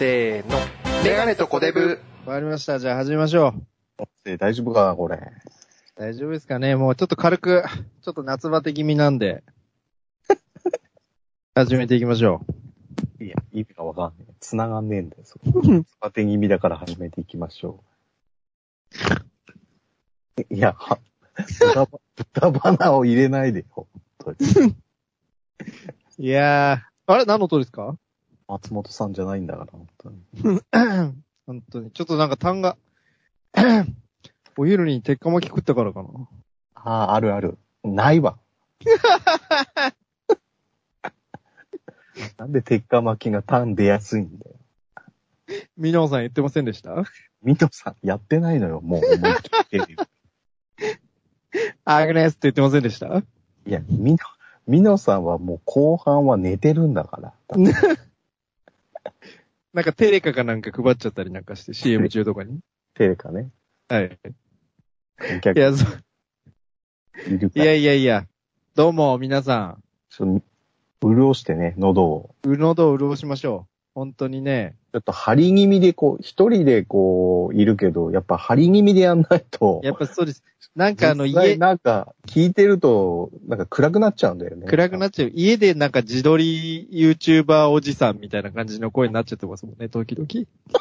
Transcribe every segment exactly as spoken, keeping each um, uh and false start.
せーの。メガネとコデブ。 わかりました。じゃあ始めましょう。 え大丈夫かなこれ。 大丈夫ですかね。もうちょっと軽く、ちょっと夏バテ気味なんで、始めていきましょいや、意味がわかんねえ。繋がんねえんだよ、そこ。当て気味だから始めていきましょう。いや、は、豚ば、豚鼻を入れないでよ、本当に。 う。いやー、あれ何の音ですか？ 松本さんじゃないんだから、本当に。 本当に。ちょっとなんか痰が、お昼に鉄火巻き食ったからかな。 ああ、あるある。ないわ。なんで鉄火巻きがターン出やすいんだよ。 ミノさん言ってませんでした？ ミトさん、やってないのよ、もう思い切ってる。 アグネスって言ってませんでした？ いや、ミノ、ミノさんはもう後半は寝てるんだから。 なんかテレカかなんか配っちゃったりなんかして シーエム 中とかに。 テレカね。 はい。 観客いや、そう。 いるから。 いやいやいや。どうも皆さん。 ちょっと潤してね、喉を。 喉を潤しましょう。本当にね。 ちょっと張り気味でこう、一人でこう、いるけど、やっぱ張り気味でやんないと。 やっぱそうです。なんかあの家、 なんか聞いてると、なんか暗くなっちゃうんだよね。 暗くなっちゃう。家でなんか自撮り YouTuber おじさんみたいな感じの声になっちゃってますもんね、時々。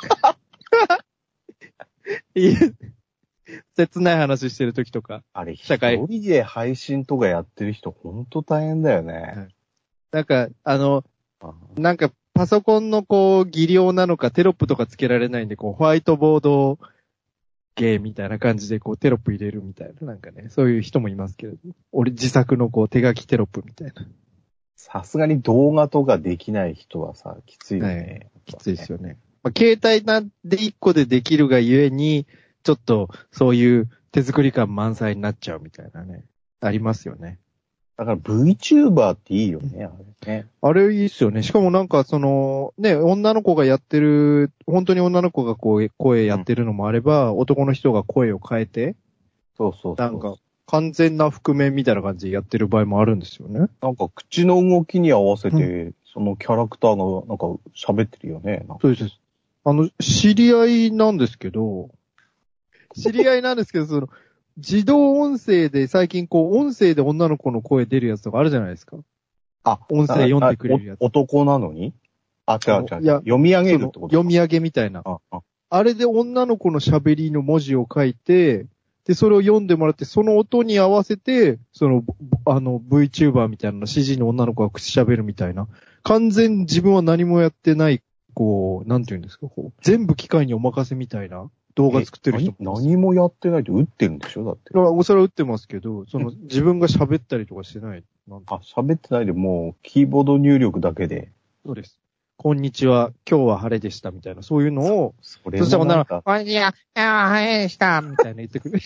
いえ切ない話してる時とか。 あれ、 社会一人で配信とかやってる人ほんと大変だよね。 なんか、あの、 あなんかパソコンのこう、技量なのかテロップとかつけられないんで、こう、ホワイトボードゲーみたいな感じでこう、テロップ入れるみたいな、なんかね、そういう人もいますけれど。俺自作のこう、手書きテロップみたいな。 さすがに動画とかできない人はさ、きついよね。 はいきついですよね。まあ、携帯なんで一個でできるがゆえに、ちょっとそういう手作り感満載になっちゃうみたいなね。ありますよね。 だから VTuber っていいよね、あれね。 あれいいっすよね。しかもなんかその、ね、女の子がやってる、本当に女の子がこう声やってるのもあれば、うん、男の人が声を変えて、 そうそうそう。 なんか完全な覆面みたいな感じでやってる場合もあるんですよね。 なんか口の動きに合わせて、うん、そのキャラクターがなんか喋ってるよね。 そうです。あの、知り合いなんですけど、知り合いなんですけど、その、自動音声で最近こう、音声で女の子の声出るやつとかあるじゃないですか。 あ、 音声読んでくれるやつ。 男なのにあ、違う違う違う。 いや、 読み上げるってこと読み上げみたいな。 あ, あ, あれで女の子の喋りの文字を書いて、で、それを読んでもらって、その音に合わせて、その、あの、VTuber みたいな シージー の女の子が口喋るみたいな。完全自分は何もやってない、こう、なんていうんですか、こう、全部機械にお任せみたいな動画作ってる人も。何もやってないと打ってるんでしょだって。 だから、それは打ってますけど、その、自分が喋ったりとかしてない。 なんあ、喋ってないでもう、キーボード入力だけで。 そうです。こんにちは、今日は晴れでしたみたいな、そういうのを、 そ, それもそしたら女の子、 こんにちは、今日は晴れでした、みたいな言ってくる。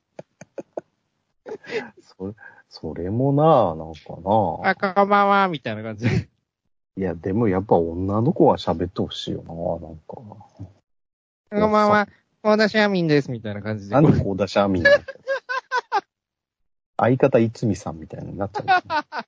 それ、それもな、なんかな。 あ、こんばんは、みたいな感じで。 いや、でもやっぱ女の子は喋ってほしいよな、なんか。 こんばんは、高田シャーミンです、みたいな感じで。 なんで高田シャーミンだって相方いつみさんみたいになっちゃ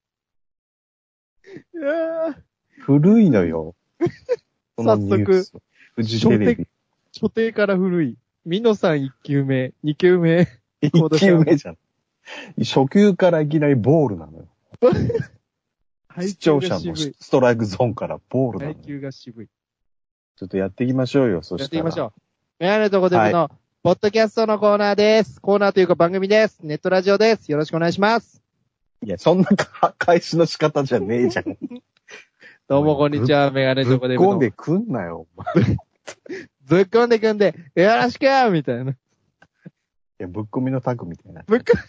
う。古いのよ。 早速、 フジテレビ。 初手から古い。ミノさん一球目、二球目。 一球目じゃん。初球からいきなりボールなのよ。視聴者のストライクゾーンからボールなのよ。 配球が渋い。 ちょっとやっていきましょうよ、そしたら。 やっていきましょう。メガネとコデブの、ポッドキャストのコーナーです。コーナーというか番組です。ネットラジオです。よろしくお願いします。 いや、そんな開始の仕方じゃねえじゃん。 どうもこんにちは、メガネとコデブの。 ぶっ込んでくんなよ、お前。 ぶっ込んでくんで、よろしくみたいな。いや、ぶっ込みのタグみたいな。 ぶっ込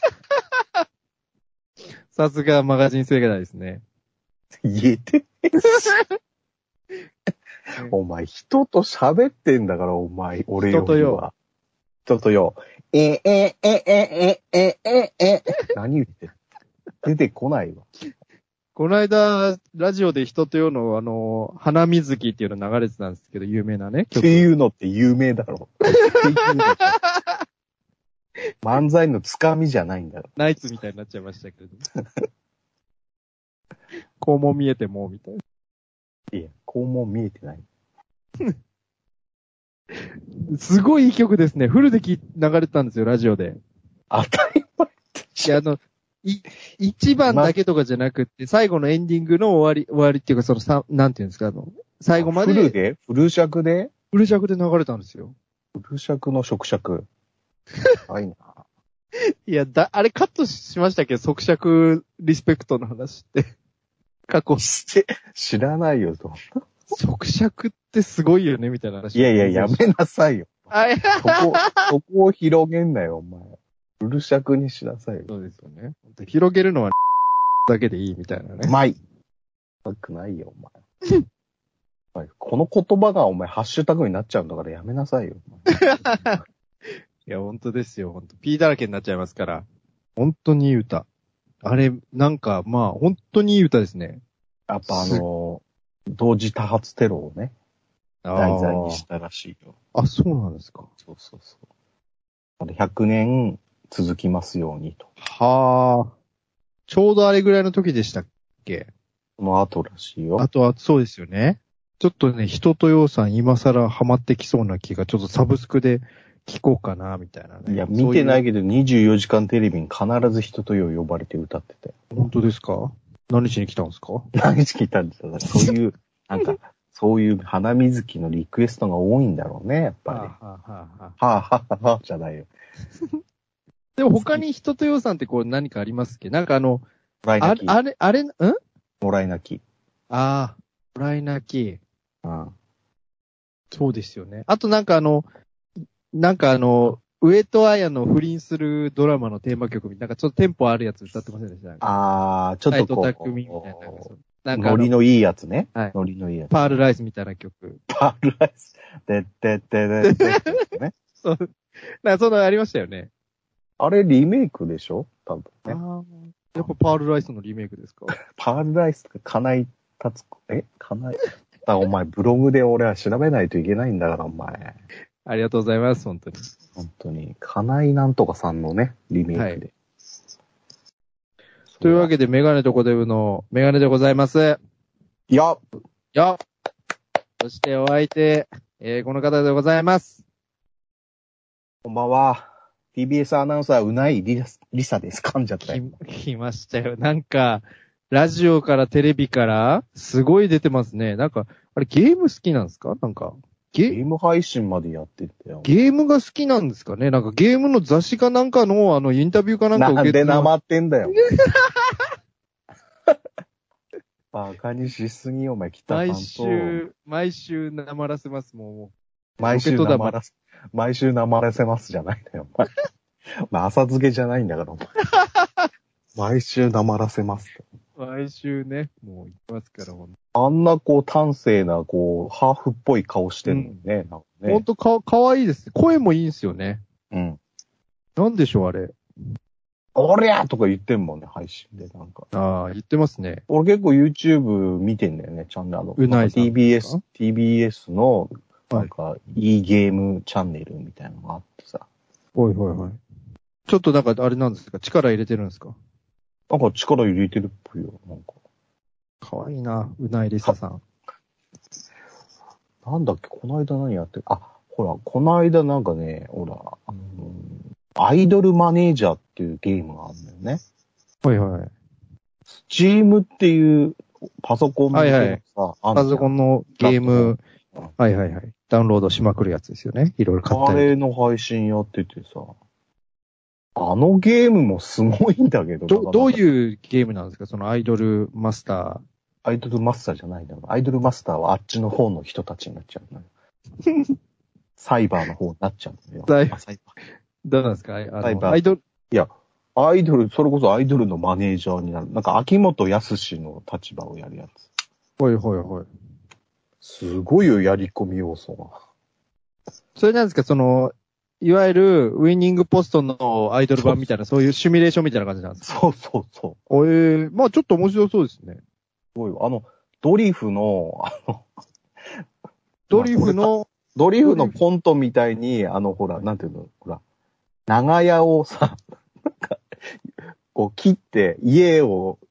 さすがマガジン世代ですね。 言えてお前、人と喋ってんだから、お前、俺よりは。人とよ。人とよ。え、え、え、え、え、え、え、え、何言って出てこないわ。 この間、ラジオで人とよの、あの、花水木っていうの流れてたんですけど、有名なね。 っていうのって有名だろ。漫才のつかみじゃないんだろ。 ナイツみたいになっちゃいましたけれども。こうも見えても、みたいな。 いや、こうも見えてない。 すごいいい曲ですね。フルでき流れてたんですよ、ラジオで。 当たり前って。 いや、あの、い、一番だけとかじゃなくって、最後のエンディングの終わり、終わりっていうか、そのさ、なんていうんですか、あの、最後まで。 フルでフル尺でフル尺で流れたんですよ。 フル尺の縮尺。はいな。 いや、だ、あれカットしましたけど、即尺リスペクトの話って。過去。 して、知らないよ、と。 即尺ってすごいよね、みたいな話。 いやいや、やめなさいよ。 あ、いやそこ、そこを広げんなよ、お前。フル尺にしなさいよ。 そうですよね。広げるのはだけでいいみたいなね。 うまい。うまくないよ、お前。この言葉がお前ハッシュタグになっちゃうんだからやめなさいよ。 いや、本当ですよ。本当 P だらけになっちゃいますから。本当にいい歌。あれ、なんか、まあ、本当にいい歌ですね。 やっぱあの、同時多発テロをね、題材にしたらしいよ。 あ、そうなんですか。 そうそうそう。ひゃくねん続きますようにと。 はあ。ちょうどあれぐらいの時でしたっけ？ その後らしいよ。 あとは、そうですよね。ちょっとね、人とようさん今更ハマってきそうな気が、ちょっとサブスクで聞こうかな、みたいなね。 いや、見てないけどにじゅうよじかんテレビに必ず人とよう呼ばれて歌ってて。 本当ですか？何しに来たんですか？ 何しに来たんですか？そういう、なんか、そういう花水木のリクエストが多いんだろうね、やっぱり。はあ、はあはあはあ、はあはあはあ、じゃないよ。 でも他に人とようさんってこう何かありますっけ？なんかあの、 もらいあれ、 泣き。 あれ、あれ、んもらい泣き。 ああ、もらい泣き。 うん。 そうですよね。あとなんかあの、なんかあの、上戸彩の不倫するドラマのテーマ曲みたいな、なんかちょっとテンポあるやつ歌ってませんでした？ あー、ちょっとこう。 斎藤匠みたいな。なんかノリのいいやつね。 はい。 ノリのいいやつ。 パールライスみたいな曲。 パールライス。でってってでってね。 そう。なんかそんなのありましたよね。あれリメイクでしょ多分ね。 ああ。やっぱパールライスのリメイクですか？ パールライスとか金井達子、え金井あ、お前ブログで俺は調べないといけないんだから、お前。 ありがとうございます、本当に。 本当に。金井なんとかさんのね、リメイクで。はい、 というわけで、メガネとコデブのメガネでございます。 よっよっそしてお相手、えー、この方でございます。 こんばんは。ティービーエス アナウンサー、うないりりさです。噛んじゃったよ。 来、来ましたよ。なんか、ラジオからテレビから、すごい出てますね。なんか、あれゲーム好きなんですか？なんか。 ゲーム配信までやってたよ。 ゲームが好きなんですかね？なんかゲームの雑誌かなんかの、あの、インタビューかなんか受けて。なんでなまってんだよ。バカにしすぎよ、お前、北関東。 毎週、毎週なまらせます、もう。毎週なまらせ、毎週なまらせますじゃないんだよ、お前。まあ、浅漬けじゃないんだから、お前。毎週なまらせます。 毎週ね、もう行きますから、ほんと。 あんなこう、端正な、こう、ハーフっぽい顔してるのにね。うん、なんかねほんとか、かわいいです。声もいいんですよね。 うん。 なんでしょう、あれ。 おりゃーとか言ってんもんね、配信で、なんか。 ああ、言ってますね。 俺結構 YouTube 見てんだよね、チャンネル。 うないさん。 ティービーエス、ティービーエス の、なんか、いいゲームチャンネルみたいなのがあってさ。 はいはいはい。ちょっとなんか、あれなんですか？力入れてるんですか？ なんか力入れてるっぽいよ、なんか。 かわいいな、うないりささん。 なんだっけ、この間何やってる？あ、ほら、この間なんかね、ほら、あのー、アイドルマネージャーっていうゲームがあるんだよね。 はいはい。 スチームっていうパソコンのさ、はいはい、 パソコンのゲーム、はいはいはい。ダウンロードしまくるやつですよね。いろいろ買ったり。 あれの配信やっててさ、あのゲームもすごいんだけど。 ど、どういうゲームなんですか？そのアイドルマスター。 アイドルマスターじゃないんだよ。アイドルマスターはあっちの方の人たちになっちゃうのよ。サイバーの方になっちゃうのよ。 サイバー。どうなんですか？あのサイバー。 アイドル。 いや、アイドル、それこそアイドルのマネージャーになる。なんか秋元康の立場をやるやつ。 はいはいはい。 すごいよ、やり込み要素が。 それなんですか？その、いわゆるウィニングポストのアイドル版みたいな、そういうシミュレーションみたいな感じなんですか？ そうそうそう。 ええー、まあちょっと面白そうですね。 すごいよ。あの、ドリフの、あの、 ドリフの、 ドリフのコントみたいに、あの、ほら、なんていうの、ほら、長屋をさ、なんか、こう切って家を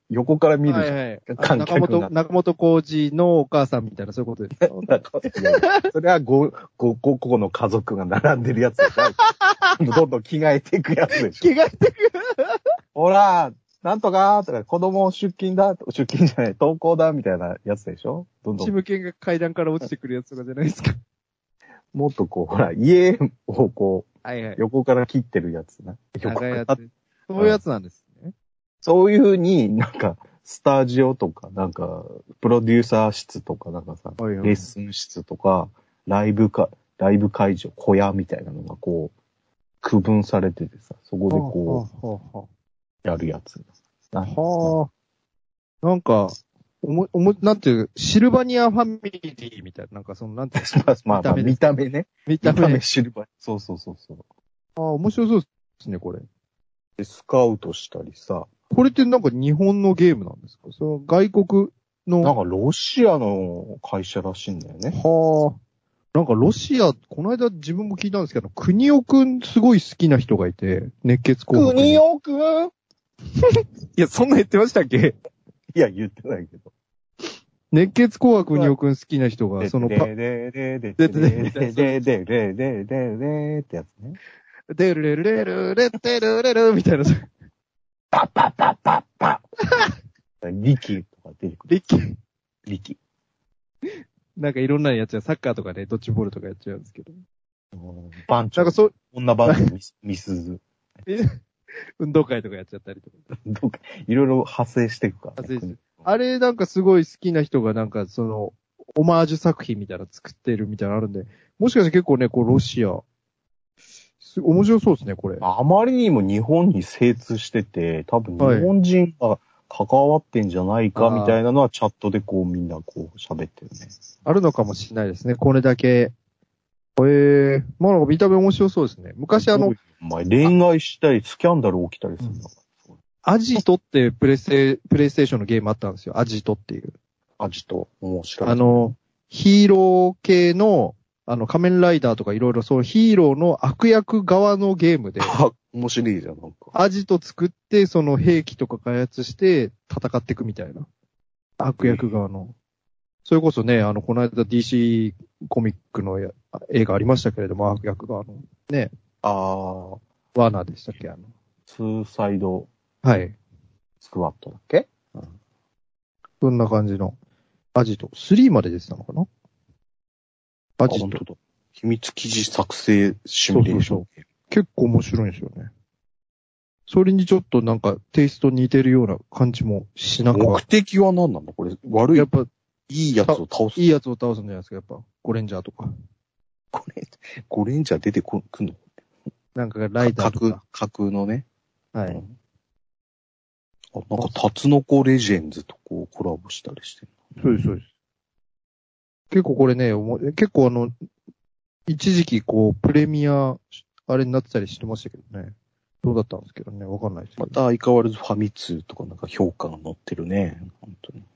横から見るじゃん。 はいはい。 観中客が本、中本浩二のお母さんみたいな、そういうことですか？ なんかいやいやそれはご、ご、ご個の家族が並んでるやつでしょ。どんどん着替えていくやつでしょ。 着替えてく。 ほら、なんとかとか、子供出勤だ、出勤じゃない、登校だ、みたいなやつでしょ。どんどん。 シムケンが階段から落ちてくるやつとかじゃないですか。 もっとこう、ほら、家をこう、 はいはい。 横から切ってるやつな。横長いやから。 つ。そういうやつなんですね。 そういう風になんか、スタジオとか、なんか、プロデューサー室とか、なんかさ、 はいはいレッスン室とか、ライブか、ライブ会場、小屋みたいなのがこう、区分されててさ、そこでこはあはあはう、やるやつ。 あはあ。なんか、おも、おも、なんていう、シルバニアファミリーみたいな、なんかその、なんていうまあまあまあ、見た目ね。 見た目。 見た目シルバー。そうそうそうそう。 ああ、面白そうですね、これ。 でスカウトしたりさ、 これってなんか日本のゲームなんですか？その外国の。 なんかロシアの会社らしいんだよね。 はあ。なんかロシア、この間自分も聞いたんですけど、国尾くんすごい好きな人がいて、熱血紅白に。 国尾くんいや、そんな言ってましたっけ？ いや、言ってないけど。 熱血紅白国尾くん好きな人が、そのパ、 でででででででででででででってやつね。 デルレルレルレッテルレルみたいな。 パッパッパッパッパッ。リキとか出てくる。 リッキー。 リキ。 なんかいろんなやつや、サッカーとかね、ドッジボールとかやっちゃうんですけど。 バンチョ。 なんかそう、 女バンチョミス、ミスズ。 運動会とかやっちゃったりとか。 どうか、いろいろ派生していくから、ね。 派生してあれなんかすごい好きな人がなんかその、オマージュ作品みたいなの作ってるみたいなのあるんで、もしかして結構ね、こうロシア、す面白そうですね、これ。 あまりにも日本に精通してて、多分日本人が関わってんじゃないかみたいなのはチャットでこうみんなこう喋ってるね。 あるのかもしれないですね、これだけ。えー、まあなんか見た目面白そうですね。昔あの、 お前恋愛したりスキャンダル起きたりするんだから。 アジトってプレイステ、プレイステーションのゲームあったんですよ。アジトっていう。 アジト、面白い。 あの、ヒーロー系の、あの、仮面ライダーとかいろいろそうヒーローの悪役側のゲームで、 あ、面白いじゃん、なんか。 アジト作って、その兵器とか開発して戦っていくみたいな。悪役側の。それこそね、あの、この間 ディーシー コミックのや映画ありましたけれども、悪役側の。ね。 あー、 ワーナーでしたっけあの。 ツーサイドはい。 スクワットだっけ、 うん、そんな感じの。アジト。スリーまで出てたのかなアジト。本当だ。 秘密記事作成シミュレーション。そうそうそう。 結構面白いんですよね。それにちょっとなんかテイスト似てるような感じもしなくは。 目的は何なのこれ、悪い。 やっぱ、 いいやつを倒す。 いいやつを倒すんじゃないですか、やっぱ。ゴレンジャーとか。 ゴレン、ゴレンジャー出てこ、くんのなんかライダーとか。 架空のね。 はい。 うん、あ、なんかタツノコレジェンズとこうコラボしたりしてる。 そうです、そうです。結構これね、結構あの、一時期こう、プレミア、あれになってたりしてましたけどね。どうだったんですけどね、わかんないですけど。 また相変わらずファミ通とかなんか評価が載ってるね。本当に。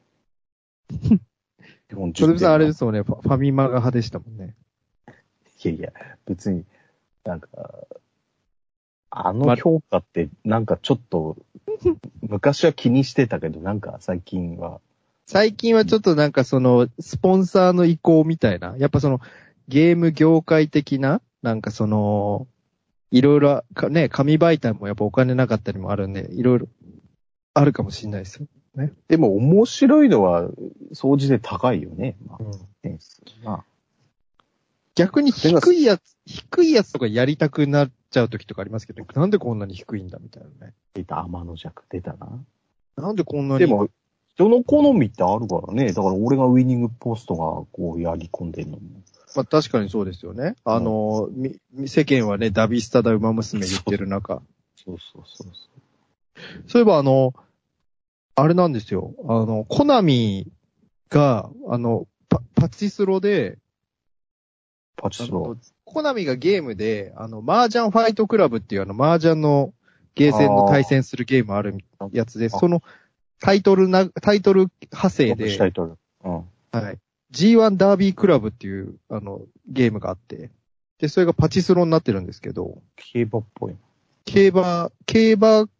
それさんあれですよね、ファミマが派でしたもんね。 いやいや、別に、なんか、あの評価ってなんかちょっと、昔は気にしてたけど、なんか最近は。 最近はちょっとなんかその、スポンサーの意向みたいな、やっぱその、ゲーム業界的な、なんかその、いろいろ、ね、紙媒体もやっぱお金なかったりもあるんで、いろいろあるかもしれないですよね。 でも面白いのは、総じて高いよね。まあ、うん、まあ、 逆に低いやつ、低いやつとかやりたくなっちゃう時とかありますけど、なんでこんなに低いんだみたいなね。 出た、天の弱出たな。 なんでこんなに。 でも、人の好みってあるからね。だから俺がウィニングポストがこうやり込んでんのも。 まあ確かにそうですよね。あの、うん、世間はね、ダビスタだ馬娘言ってる中。 そうそうそうそう。 そういえばあの、あれなんですよ。あの、コナミが、あの、パ、パチスロで、 パチスロ。 コナミがゲームで、あの、麻雀ファイトクラブっていうあの、麻雀のゲーセンの対戦するゲームあるやつで、そのタイトルな、タイトル派生で、 タイトル。うん。 はい。ジーワン ダービークラブっていう、あの、ゲームがあって、で、それがパチスロになってるんですけど、 競馬っぽい。 競馬、競馬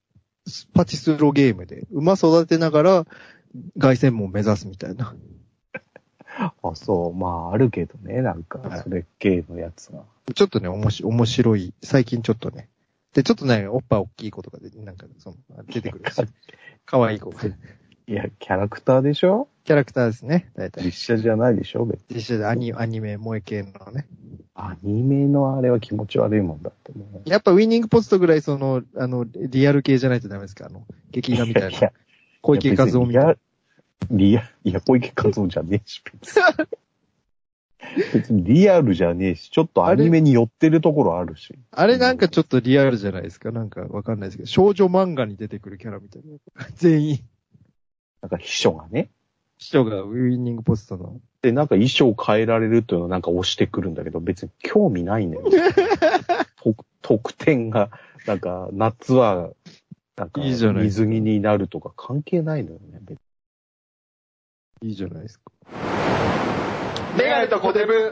パチスロゲームで、馬育てながら、凱旋門を目指すみたいな。 あ、そう。まあ、あるけどね、なんか、それ系のやつが。 ちょっとね、おもし、面白い。最近ちょっとね。で、ちょっとね、おっぱい大きい子とかで、なんか、その、出てくるし。かわいい子が。 いや、キャラクターでしょ？ キャラクターですね、大体。 実写じゃないでしょ？別に。 実写でアニ、アニメ、萌え系のね。 アニメのあれは気持ち悪いもんだってもう。 やっぱウィニングポストぐらい、その、あの、リアル系じゃないとダメですか？あの、劇画みたいな。いやいや小池和夫みたいな。 リア、いや、小池和夫じゃねえし、別に。別にリアルじゃねえし、ちょっとアニメに寄ってるところあるし。 あれなんかちょっとリアルじゃないですか？なんかわかんないですけど、少女漫画に出てくるキャラみたいな。全員。なんか秘書がね。 秘書がウィニングポストの。 で、なんか衣装変えられるっていうのをなんか押してくるんだけど、別に興味ないんだよ。特典が、なんか夏は、なんか水着になるとか関係ないのよね。別にいいじゃないですか。 メガネとコデブ。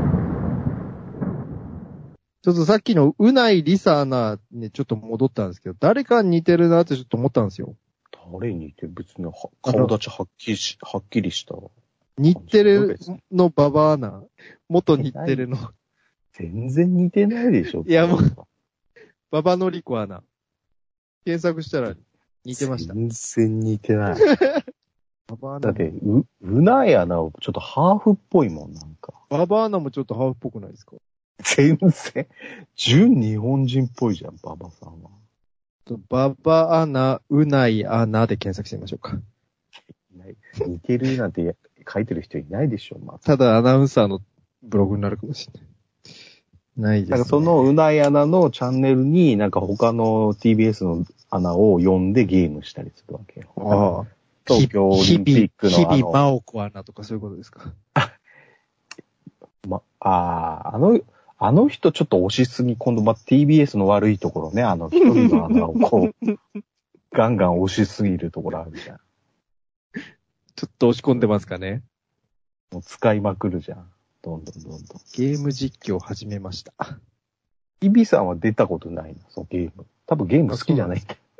ちょっとさっきのうないりさなね、ちょっと戻ったんですけど、誰かに似てるなってちょっと思ったんですよ。 誰に似てる？別に顔立ちはっきりし、はっきりした。 日テレのババアナ。元日テレの。 全然似てないでしょ。 いやもう、ババのりこアナ。検索したら似てました。 全然似てない。ババアナだって、う、うないアナをちょっとハーフっぽいもん、なんか。 ババアナもちょっとハーフっぽくないですか？ 全然、純日本人っぽいじゃん、ババさんは。 ババアナ、うないアナで検索してみましょうか。 似てるなんて書いてる人いないでしょ、まあ。 ただアナウンサーのブログになるかもしれない。ないですね。 なんかそのうないアナのチャンネルになんか他の ティービーエス のアナを呼んでゲームしたりするわけよ。 ああ。 東京オリンピックの日々、日々真央子アナとかそういうことですか。 ま、ああ、あの、あの人ちょっと押しすぎ、今度ま、ティービーエス の悪いところね、あの一人のアナをこう、ガンガン押しすぎるところあるじゃん。 ちょっと押し込んでますかね。 もう使いまくるじゃん。どんどんどんどん。 ゲーム実況始めました。 イビさんは出たことないの、そのゲーム。多分ゲーム好きじゃないんだよ。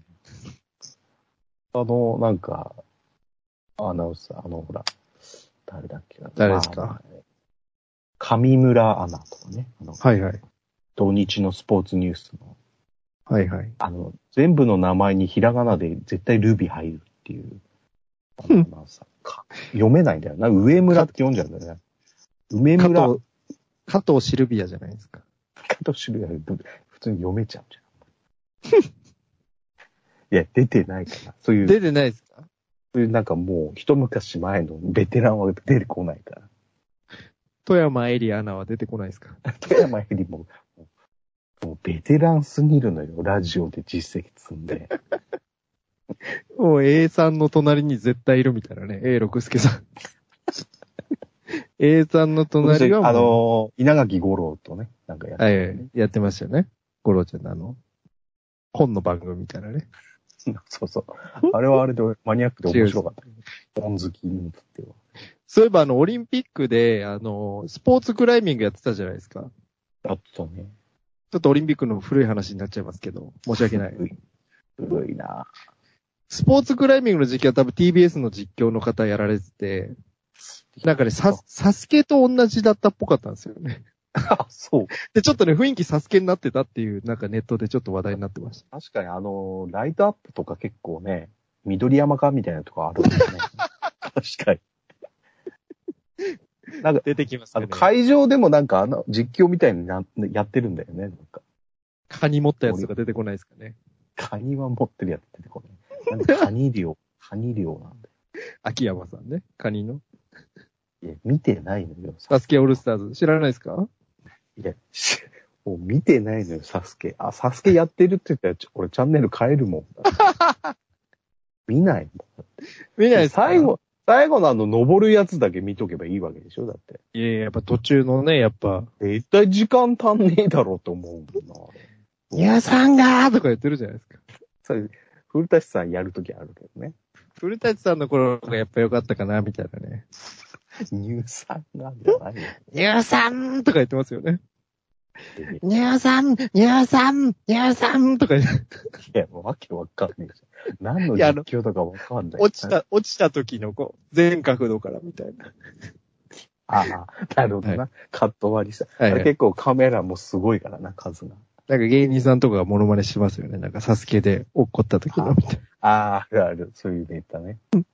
あの、なんか、アナウンサー、あの、ほら、誰だっけな。 誰ですか、 まあ、上村アナとかね。あのはいはい。 土日のスポーツニュースの。 はいはい。 あの、全部の名前にひらがなで絶対ルビ入るっていう。あの、まあさ、読めないんだよな。上村って読んじゃうんだよね。梅村。 加藤、加藤シルビアじゃないですか。 加藤シルビア、普通に読めちゃうじゃん。いや、出てないから。そういう。 出てないですか？ そういうなんかもう、一昔前のベテランは出てこないから。 富山エリアナは出てこないですか？ 富山エリも、もうベテランすぎるのよ。ラジオで実績積んで。 もう A さんの隣に絶対いるみたいなね。A 六輔さん。A さんの隣はもう。 あの、稲垣吾郎とね、なんかやって、ね。 はい、やってましたよね。吾郎ちゃんのあの、本の番組みたいなね。 そうそう。あれはあれでマニアックで面白かった。本好きにとっては。 そういえばあの、オリンピックで、あの、スポーツクライミングやってたじゃないですか。 あったね。 ちょっとオリンピックの古い話になっちゃいますけど、申し訳ない。 古い。古いな。 スポーツクライミングの実況は多分 ティービーエス の実況の方やられてて、なんかね、サ、サスケと同じだったっぽかったんですよね。 あ、そう。 で、ちょっとね、雰囲気サスケになってたっていう、なんかネットでちょっと話題になってました。 確かにあの、ライトアップとか結構ね、緑山かみたいなとこあるんですね。確かに。なんか出てきますね。 あの会場でもなんかあの実況みたいになやってるんだよね。なんかカニ持ったやつが出てこないですかね。 カニは持ってるやつ出てこない。なんでカニ漁、カニ漁なんだよ。 秋山さんね、カニの。 いや、見てないのよ。 サスケオールスターズ。知らないですか？ いや、もう見てないのよ、サスケ。あ、サスケやってるって言ったら、俺チャンネル変えるもん。見ないもん。 見ないですか？ 最後、最後のあの、登るやつだけ見とけばいいわけでしょだって。 いやいや、やっぱ途中のね、やっぱ。 絶対時間足んねえだろうと思うもんな。 皆さんがーとか言ってるじゃないですか。 それ、古舘さんやるときあるけどね。 古舘さんの頃がやっぱ良かったかな、みたいなね。 乳酸がじゃないよ。 乳酸とか言ってますよね。 乳酸乳酸乳酸とか言う。 いや、もうわけわかんないじゃん。何の実況とかわかんない。 落ちた、落ちた時のこう、全角度からみたいな。 ああ、なるほどな。はい、カット割りした。はいはい、結構カメラもすごいからな、数が。 なんか芸人さんとかがモノマネしますよね。なんかサスケで落っこった時のみたいな。ああ、あるある。そういうネタね。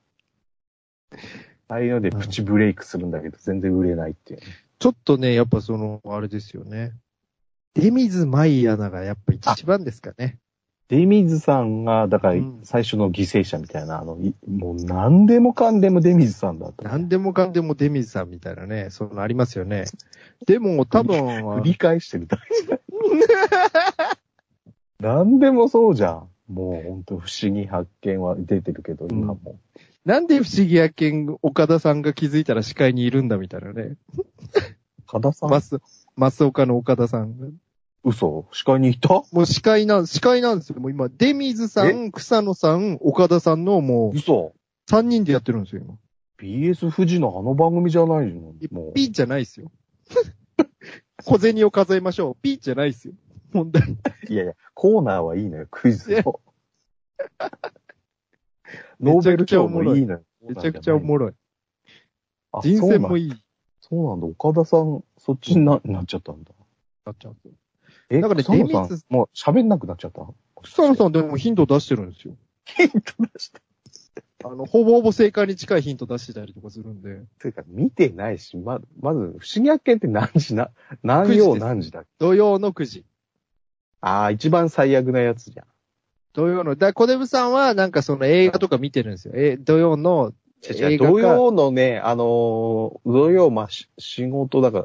ああいうのでプチブレイクするんだけど、全然売れないっていう、ね。 ちょっとね、やっぱその、あれですよね。出水舞アナがやっぱ一番ですかね。 出水さんが、だから最初の犠牲者みたいな、うん、あの、もう何でもかんでも出水さんだと。 何でもかんでも出水さんみたいなね、そういうのありますよね。でも多分繰り返してるだけじゃん。何でもそうじゃん。もうほんと不思議発見は出てるけど、今も。うん、 なんで不思議発見、岡田さんが気づいたら視界にいるんだみたいなね。 岡田さんマス、マスオカの岡田さんが。 嘘視界にいたもう視界なん、視界なんですよ。もう今、出水さん、草野さん、岡田さんのもう、 嘘さんにんでやってるんですよ、今。 ビーエス 富士のあの番組じゃないのもう。ピーじゃないですよ。小銭を数えましょう。ピーじゃないですよ。問題。 いやいや、コーナーはいいのよ、クイズの。ノーベル賞もいいのよ。 めちゃくちゃおもろい。人選もいい。 そうなんだ。岡田さん、そっちに な,、うん、なっちゃったんだ。 なっちゃうんですよ。 え、だからね、草野さん、もう喋んなくなっちゃった草野さんでもヒント出してるんですよ。 ヒント出してあの、ほぼほぼ正解に近いヒント出してたりとかするんで。 ていうか、見てないし、ま、まず、不思議発見って何時な、何曜何時だっけ土曜のくじ。 ああ、一番最悪なやつじゃん。 土曜の、だ小デブさんはなんかその映画とか見てるんですよ。え、土曜の映画か。土曜のね、あのー、土曜、まあ、仕事だから、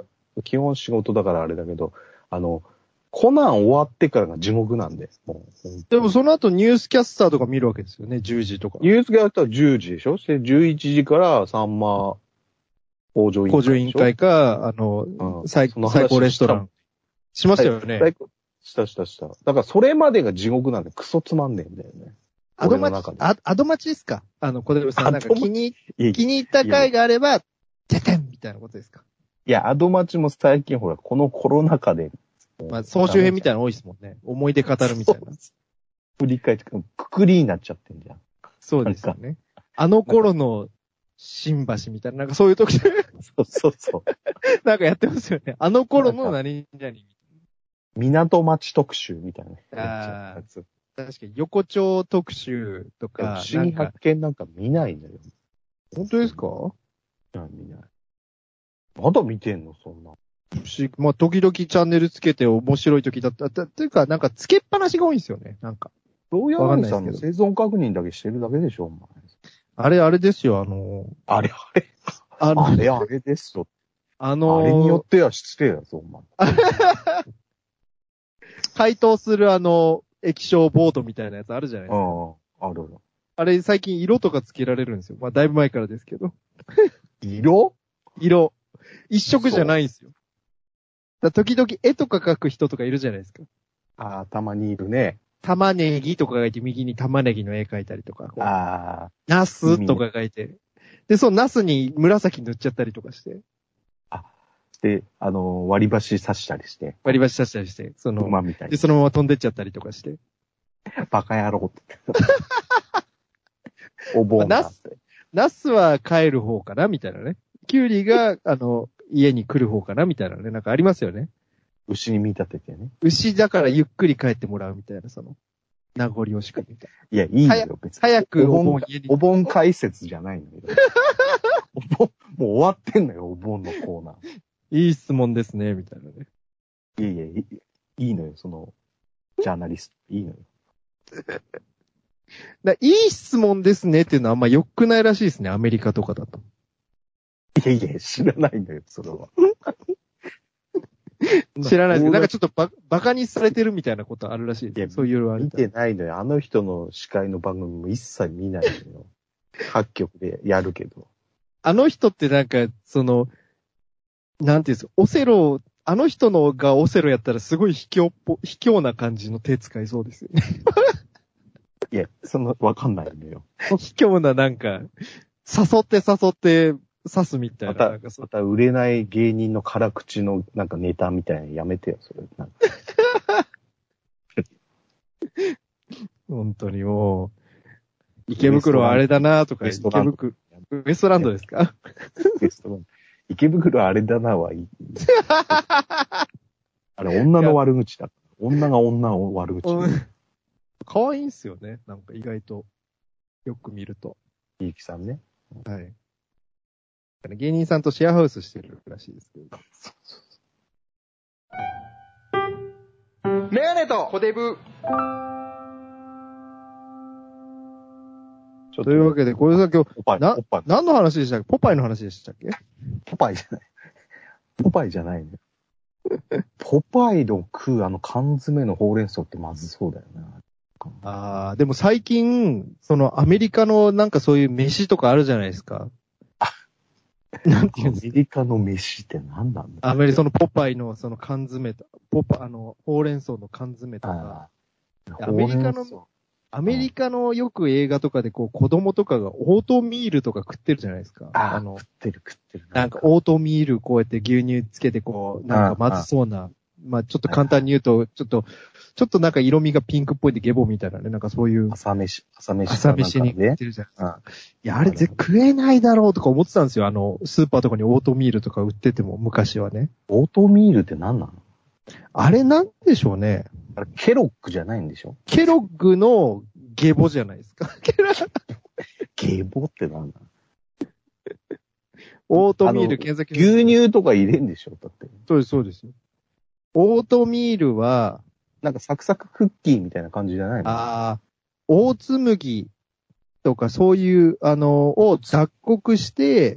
基本仕事だからあれだけど、あの、コナン終わってからが地獄なんで。もうでもその後ニュースキャスターとか見るわけですよね、じゅうじとか。 ニュースキャスターじゅうじでしょで、じゅういちじからさんま工場委員会。 工場委員会か、あの、うん、最最高レストラン。しましたよね。 したしたした。だからそれまでが地獄なんでクソつまんねえんだよね。 アドマチ、あアドマチですかあの、小出さんなんか気に、気に入った回があれば、ててんみたいなことですかいや、アドマチも最近ほら、このコロナ禍で、 まあ、総集編みたいなの多いですもんね。思い出語るみたいな。 振り返って、くくりになっちゃってんじゃん。 そうですよね。あの頃の新橋みたいな、なんかそういう時そうそうそう。 なんかやってますよね。あの頃の何々。 港町特集みたいな。 ああ。確かに横丁特集とか。 不思議発見なんか見ないのよ。 本当ですか？ いや、見ない。まだ見てんのそんな。 不思議。まあ、時々チャンネルつけて面白い時だった。っていうか、なんかつけっぱなしが多いんですよね。なんか。 どうやらさんの生存確認だけしてるだけでしょ、お前。 あれ、あれですよ、あのー、 あれ、あれ。あのあれ、あれですよ。 あのー、 あれによっては失礼だぞ、お前。 解凍するあの、液晶ボードみたいなやつあるじゃないですか。 ああ、あるある。 あれ、最近色とかつけられるんですよ。まあ、だいぶ前からですけど。 色色。一色じゃないんですよ。だ時々絵とか描く人とかいるじゃないですか。 ああ、たまにいるね。 玉ねぎとか書いて右に玉ねぎの絵描いたりとか。 ああ。 ナスとか書いて。で、そのナスに紫塗っちゃったりとかして。 あ、で、あの、割り箸刺したりして。 割り箸刺したりして。その、 馬みたいに。 で、そのまま飛んでっちゃったりとかして。 バカ野郎って。お盆だって、まあ。ナス、 ナスは帰る方かなみたいなね。キュウリが、あの、家に来る方かなみたいなね。なんかありますよね。 牛に見立ててね。 牛だからゆっくり帰ってもらうみたいな、その、名残惜しくみたいな。いや、いいのよ、別に。 早くお盆家に。お盆解説じゃないのよ。お盆、もう終わってんのよ、お盆のコーナー。 いい質問ですね、みたいなね。 いやいや、いい、いいのよ、その、ジャーナリスト。いいのよ。 だいい質問ですねっていうのはあんま良くないらしいですね、アメリカとかだと。 いやいや、知らないんだよ、それは。 知らないですけど、なんかちょっとババカにされてるみたいなことあるらしいです。いや、そういう見てないのよ。あの人の司会の番組も一切見ないのよ。各局でやるけど。 あの人ってなんか、その、なんていうんですか、オセロ、あの人のがオセロやったらすごい卑怯っぽ、卑怯な感じの手使いそうですよね。 いや、そんな、わかんないのよ。 卑怯ななんか、誘って誘って、 刺すみたいな。 また、 なんかそうまた売れない芸人の辛口のなんかネタみたいなのやめてよ、それ。なんか本当にもう、池袋はあれだなとか、池ウエストランド袋、ウエストランドですか？ ウエストランド池袋はあれだなはいい。あれ、女の悪口だ。女が女の悪口。 うん可愛いんすよね。なんか意外と。よく見ると。 みゆきさんね。 はい。芸人さんとシェアハウスしてるらしいですけど。 メガネとコデブ。 というわけで、これさ、今日、 ポパイ、 なポパイ。 何の話でしたっけ？ポパイの話でしたっけ？ ポパイじゃない。ポパイじゃないね。ポパイの食うあの缶詰のほうれん草ってまずそうだよな。 ああ、でも最近、そのアメリカのなんかそういう飯とかあるじゃないですか。なんていうんですか。 アメリカの飯って何なんだアメリカ、そのポパイのその缶詰と、ポパ、あの、ほうれん草の缶詰とか。アメリカの、アメリカのよく映画とかでこう子供とかがオートミールとか食ってるじゃないですか。 ああの、 食ってる食ってる。 なんかオートミールこうやって牛乳つけてこう、なんかまずそうな、まあちょっと簡単に言うと、ちょっと、ちょっとなんか色味がピンクっぽいでゲボみたいなね、なんかそういう。 朝飯、朝飯。 朝飯に食ってるじゃないですか。 うん、 いや、あれ絶食えないだろうとか思ってたんですよ。あの、スーパーとかにオートミールとか売ってても、昔はね。 オートミールって何なの？ あれなんでしょうね。 あれ、ケロックじゃないんでしょ？ ケロッグのゲボじゃないですか。 ゲボって何なの？ オートミール検索。 牛乳とか入れんでしょ？だって。 そうです、そうです。オートミールは、 なんかサクサククッキーみたいな感じじゃないの？ ああ、大麦とかそういう、あの、を雑穀して、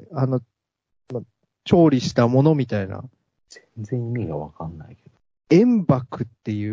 あの、調理したものみたいな。 全然意味がわかんないけど。 塩爆っていう、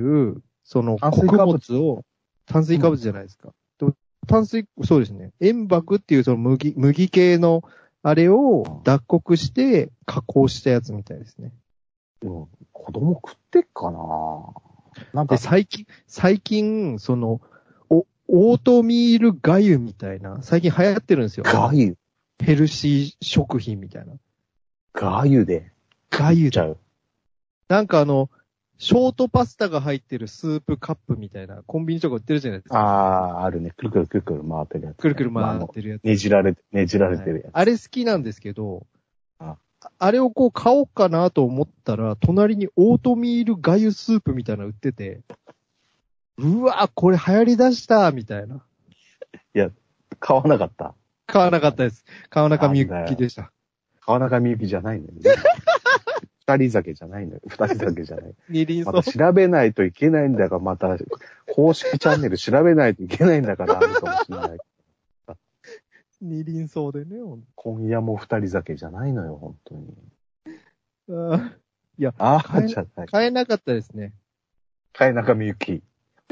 その穀物を、炭水化物じゃないですか。うん、炭水、そうですね。塩爆っていうその麦、麦系のあれを脱穀して加工したやつみたいですね。 でも、子供食ってっかな？なんかで、最近、最近、その、お、オートミールガユみたいな、最近流行ってるんですよ。 ガユ？ ヘルシー食品みたいな。 ガユで。 ガユちゃう。 なんかあの、ショートパスタが入ってるスープカップみたいな、コンビニとか売ってるじゃないですか。 ああ、あるね。くるくるくるくる回ってるやつ、ね。 くるくる回ってるやつ。 ねじられて、ねじられてるやつ。はい、 あれ好きなんですけど、 ああれをこう買おうかなと思ったら、隣にオートミールガユスープみたいなの売ってて、うわこれ流行り出したみたいな。いや、買わなかった。 買わなかったです。川中みゆきでした。 川中みゆきじゃないのよ、ね。二人酒じゃないのよ。二人酒じゃない。 二輪草。 また調べないといけないんだから、また、公式チャンネル調べないといけないんだからあるかもしれない。 二輪草でね、 今夜も二人酒じゃないのよ、本当に。 あいや、 ああ、じゃない。 買えなかったですね。 川中みゆき。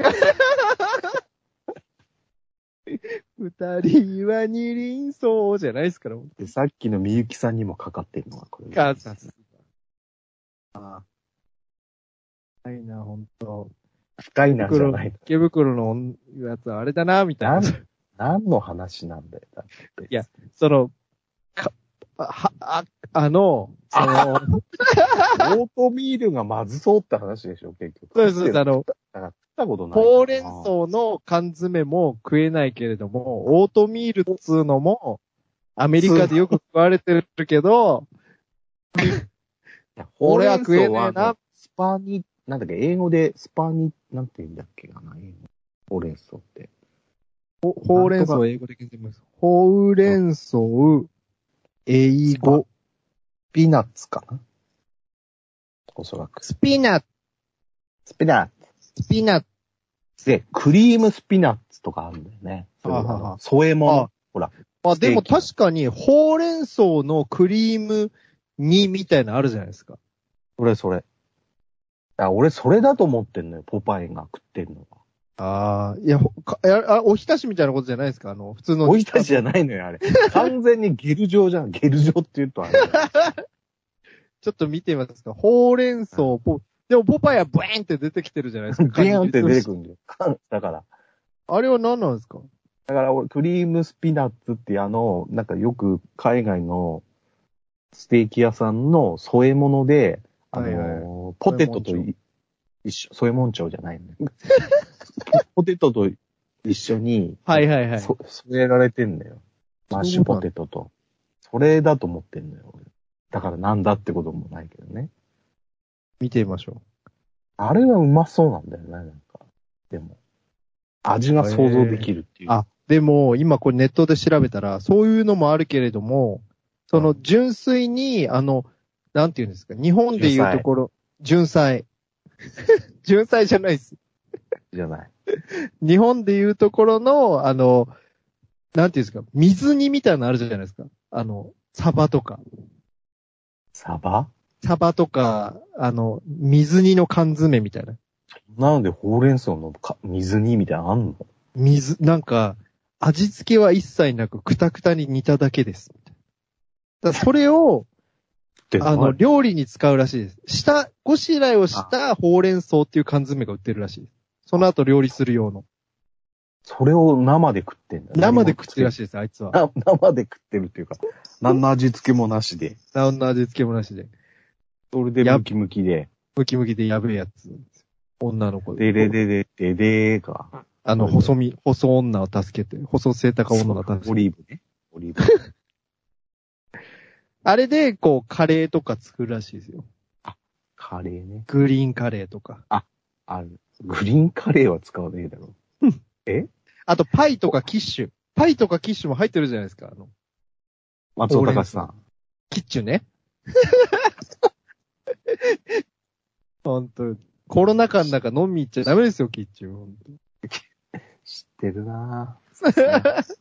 二人は二輪草じゃないですから。 で、さっきのみゆきさんにもかかってるのはこれ。 かさすああ。深いな、ほんと。 深いなじゃない。 池袋のやつはあれだな、みたいな。 何の話なんだよ、だって。 いや、その、か、は、あ、あの、その、オートミールがまずそうって話でしょ、結局。 そうです、あの、 ことないほうれん草の缶詰も食えないけれども、オートミールっつうのも、アメリカでよく食われてるけど、俺は食えねえな。 スパニ、なんだっけ、英語でスパニ、なんて言うんだっけかな、英語。ほうれん草って。 ほ、ほうれん草英語で検索します。ほうれん草、英語。 スピナッツかなおそらく。 スピナッツ。 スピナッツ。 スピナッツ。 で、クリームスピナッツとかあるんだよね。 ははは添え物。ほら。 あ、でも確かに、ほうれん草のクリーム煮みたいなのあるじゃないですか。 それそれ。あ、俺それだと思ってんのよ、ポパイが食ってんのが。 ああ、いや、かあ、おひたしみたいなことじゃないですかあの、普通の。 おひたしじゃないのよ、あれ。完全にゲル状じゃん。ゲル状って言うとあれ。 ちょっと見てみますか。ほうれん草、ポ、でもポパイはブエーンって出てきてるじゃないですか。 ビーンって出てくるんだよ。だから。 あれは何なんですか？ だから俺、クリームスピナッツっていうあの、なんかよく海外のステーキ屋さんの添え物で、あのーはいはい、 ポテトと一緒、添え物帳じゃないの、ね、ポテトと一緒に、 はいはいはい。 そ添えられてんだよ。マッシュポテトと。それだと思ってんだよ。だからなんだってこともないけどね。 見てみましょう。 あれはうまそうなんだよね、なんか。でも。味が想像できるっていう。 あ、でも、今これネットで調べたら、そういうのもあるけれども、その純粋に、あの、なんていうんですか、日本でいうところ、純菜。純菜じゃないです。 じゃない。 日本でいうところの、あの、なんていうんですか、水煮みたいなのあるじゃないですか。あの、サバとか。 サバ？ サバとか、あの、水煮の缶詰みたいな。 なので、ほうれん草のか水煮みたいなのあんの？ 水、なんか、味付けは一切なく、くたくたに煮ただけです。だそれを、あの、料理に使うらしいです。下、ごしらえをしたほうれん草っていう缶詰が売ってるらしいです。その後料理する用の。 それを生で食ってんだ。 生で食ってるらしいです、あいつは。 生で食ってるっていうか、何の味付けもなしで。 何の味付けもなしで。 それでムキムキで。 ムキムキでやべえやつ。女の子で。でででででーか。 あの、細身、細女を助けて、細背高女を助けて。 オリーブね。オリーブ。 あれで、こう、カレーとか作るらしいですよ。 あ、カレーね。 グリーンカレーとか。 あ、ある。グリーンカレーは使わねえだろ。え？ あと、パイとかキッシュ。パイとかキッシュも入ってるじゃないですか、あの。 松尾隆さん。 キッチュね。ほんと。コロナ禍の中飲み行っちゃダメですよ、キッチュ。ほんと。 知ってるなぁ。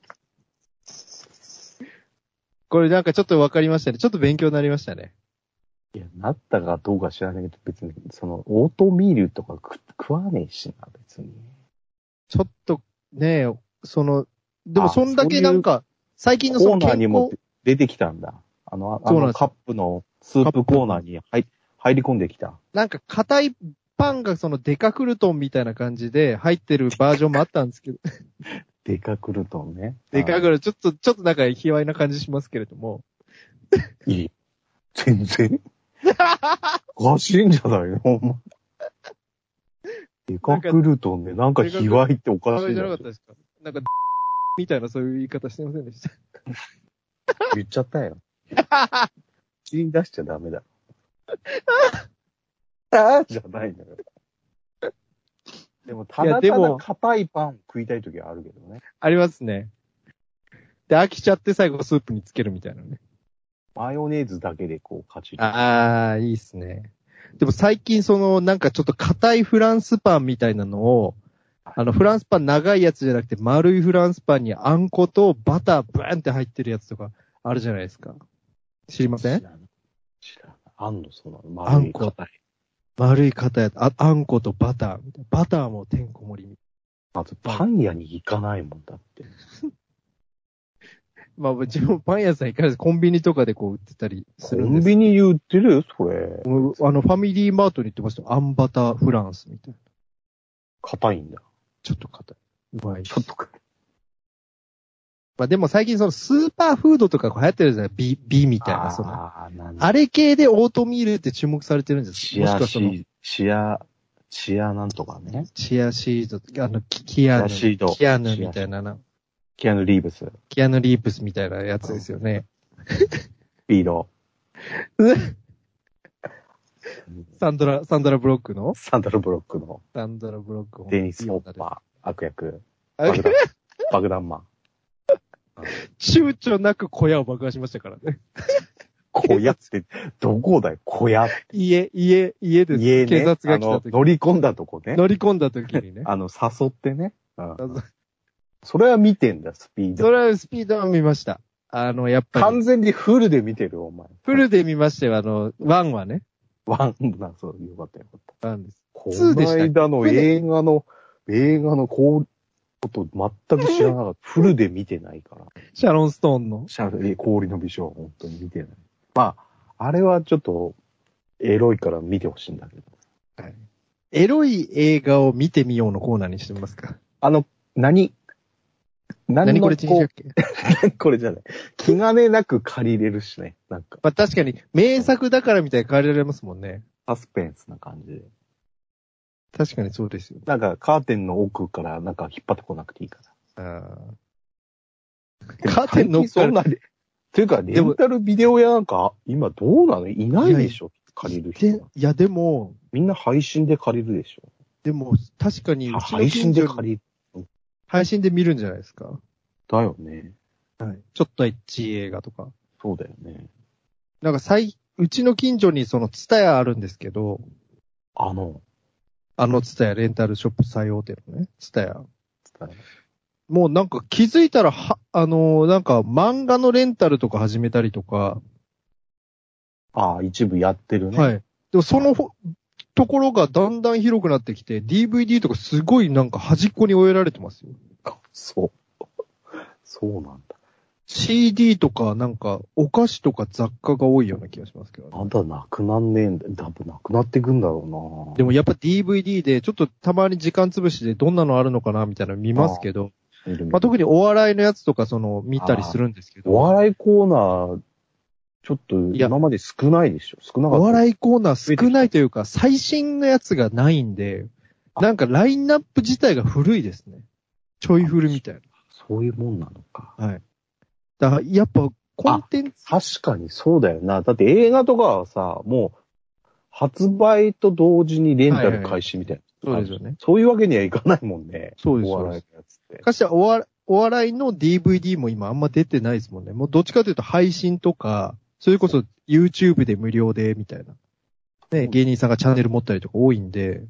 これなんかちょっとわかりましたね。ちょっと勉強になりましたね。 いや、なったかどうか知らないけど、別に、その、オートミールとか食食わねえしな、別に。 ちょっと、ねえ、その、でもそんだけなんか、最近のそのコーナーにも出てきたんだ。あの、あのカップのスープコーナーに入入り込んできた。 なんか硬いパンがそのデカクルトンみたいな感じで入ってるバージョンもあったんですけど。 デカクルトンね。 デカクルトン、ちょっと、ちょっとなんか卑猥な感じしますけれども。 いい。全然。おかしいんじゃないのお前。デカクルトンでなんか卑猥っておかしいじゃなかったですか。 なんか、みたいなそういう言い方してませんでした。 言っちゃったよ。口に出しちゃダメだ。ああじゃないのよ。でも、ただただ硬いパン食いたいときはあるけどね。 ありますね。で、飽きちゃって最後スープにつけるみたいなね。 マヨネーズだけでこう、かじる。 ああ、いいっすね。でも最近その、なんかちょっと硬いフランスパンみたいなのを、あの、フランスパン長いやつじゃなくて丸いフランスパンにあんことバターブーンって入ってるやつとかあるじゃないですか。知りません？ 知らない。知らない。あんのその丸い硬い。 丸い硬いやつ。あ、あんことバターみたいな。バターもてんこ盛りみたいな。まずパン屋に行かないもんだって。 まあ、自分パン屋さん行かないです。コンビニとかでこう売ってたりするんです。 コンビニに売ってるそれ。 あの、ファミリーマートに行ってました。あんバターフランスみたいな。 硬いんだ。 ちょっと硬い。うまい。 ちょっと硬い。 まあでも最近そのスーパーフードとか流行ってるじゃない？ビ、ビみたいな。そのあ, あれ系でオートミールって注目されてるんです。 チアシード、チア、チアなんとかね。 チアシード、あの、キアヌ、キアヌみたいなな。 キアヌ・リーブス。 キアヌ・リーブスみたいなやつですよね。 スピード。 サンドラ、サンドラ・ブロックのサンドラ・ブロックの。 サンドラ・ブロック。 デニス・ホッパー、悪役。爆弾、爆弾マン。 躊躇なく小屋を爆破しましたからね。 小屋って、どこだよ、小屋。 家、家、家です。 家ね。 警察が来た時。 乗り込んだとこね。 乗り込んだ時にね。 あの、誘ってね。うん、それは見てんだ、スピード。 それはスピードは見ました。あの、やっぱり。 完全にフルで見てる、お前。 フルで見ましたよ、あの、ワンはね。 ワンな、そう、よかったよかった。 ワンです。 この間の映画の、映画のこう、こと全く知らなかった。フルで見てないから。 シャロンストーンの。 シャル、氷の美少、本当に見てない。まあ、あれはちょっと、エロいから見てほしいんだけど。 はい。エロい映画を見てみようのコーナーにしてみますか。 あの、何何これちんじゃっけこれじゃない。気兼ねなく借りれるしね。なんか。 まあ確かに、名作だからみたいに借りられますもんね。 サスペンスな感じで。 確かにそうですよ。 なんか、カーテンの奥からなんか引っ張ってこなくていいから。 あカーテンの奥から。 そんなに。ていうか、レンタルビデオ屋なんか、今どうなのいないでしょ借りる人。 いや、でも、 みんな配信で借りるでしょでも、確かに、 配信で借りる。 配信で見るんじゃないですか。 だよね。 はい。ちょっとエッチ映画とか。 そうだよね。 なんか、最、うちの近所にそのツタヤあるんですけど、 あの、 あのツタヤ、レンタルショップ最大手のね、ツタヤ。 ツタヤ。 もうなんか気づいたら、は、あのー、なんか漫画のレンタルとか始めたりとか。 ああ、一部やってるね。 はい。でもそのところがだんだん広くなってきて、ディーブイディー とかすごいなんか端っこに終えられてますよ。 そう。そうなんだ。 シーディー とかなんかお菓子とか雑貨が多いような気がしますけど、ね。 まだなくなんねえんだ。多分なくなってくんだろうな。 でもやっぱ ディーブイディー でちょっとたまに時間潰しでどんなのあるのかなみたいなの見ますけど、あまあ、特にお笑いのやつとかその見たりするんですけど。 お笑いコーナー、ちょっと今まで少ないでしょ少なかった。 お笑いコーナー少ないというか、最新のやつがないんで、なんかラインナップ自体が古いですね。ちょい古みたいな。 そういうもんなのか。 はい。だからやっぱコンテンツ。 確かにそうだよな。だって映画とかはさ、もう発売と同時にレンタル開始みたいな。 はいはい、そうですよね。 そういうわけにはいかないもんね。 そうです。 お笑いのやつって。 かしらお笑お笑いの ディーブイディー も今あんま出てないですもんね。もうどっちかというと配信とか、それこそ YouTube で無料でみたいな。ね、芸人さんがチャンネル持ったりとか多いんで、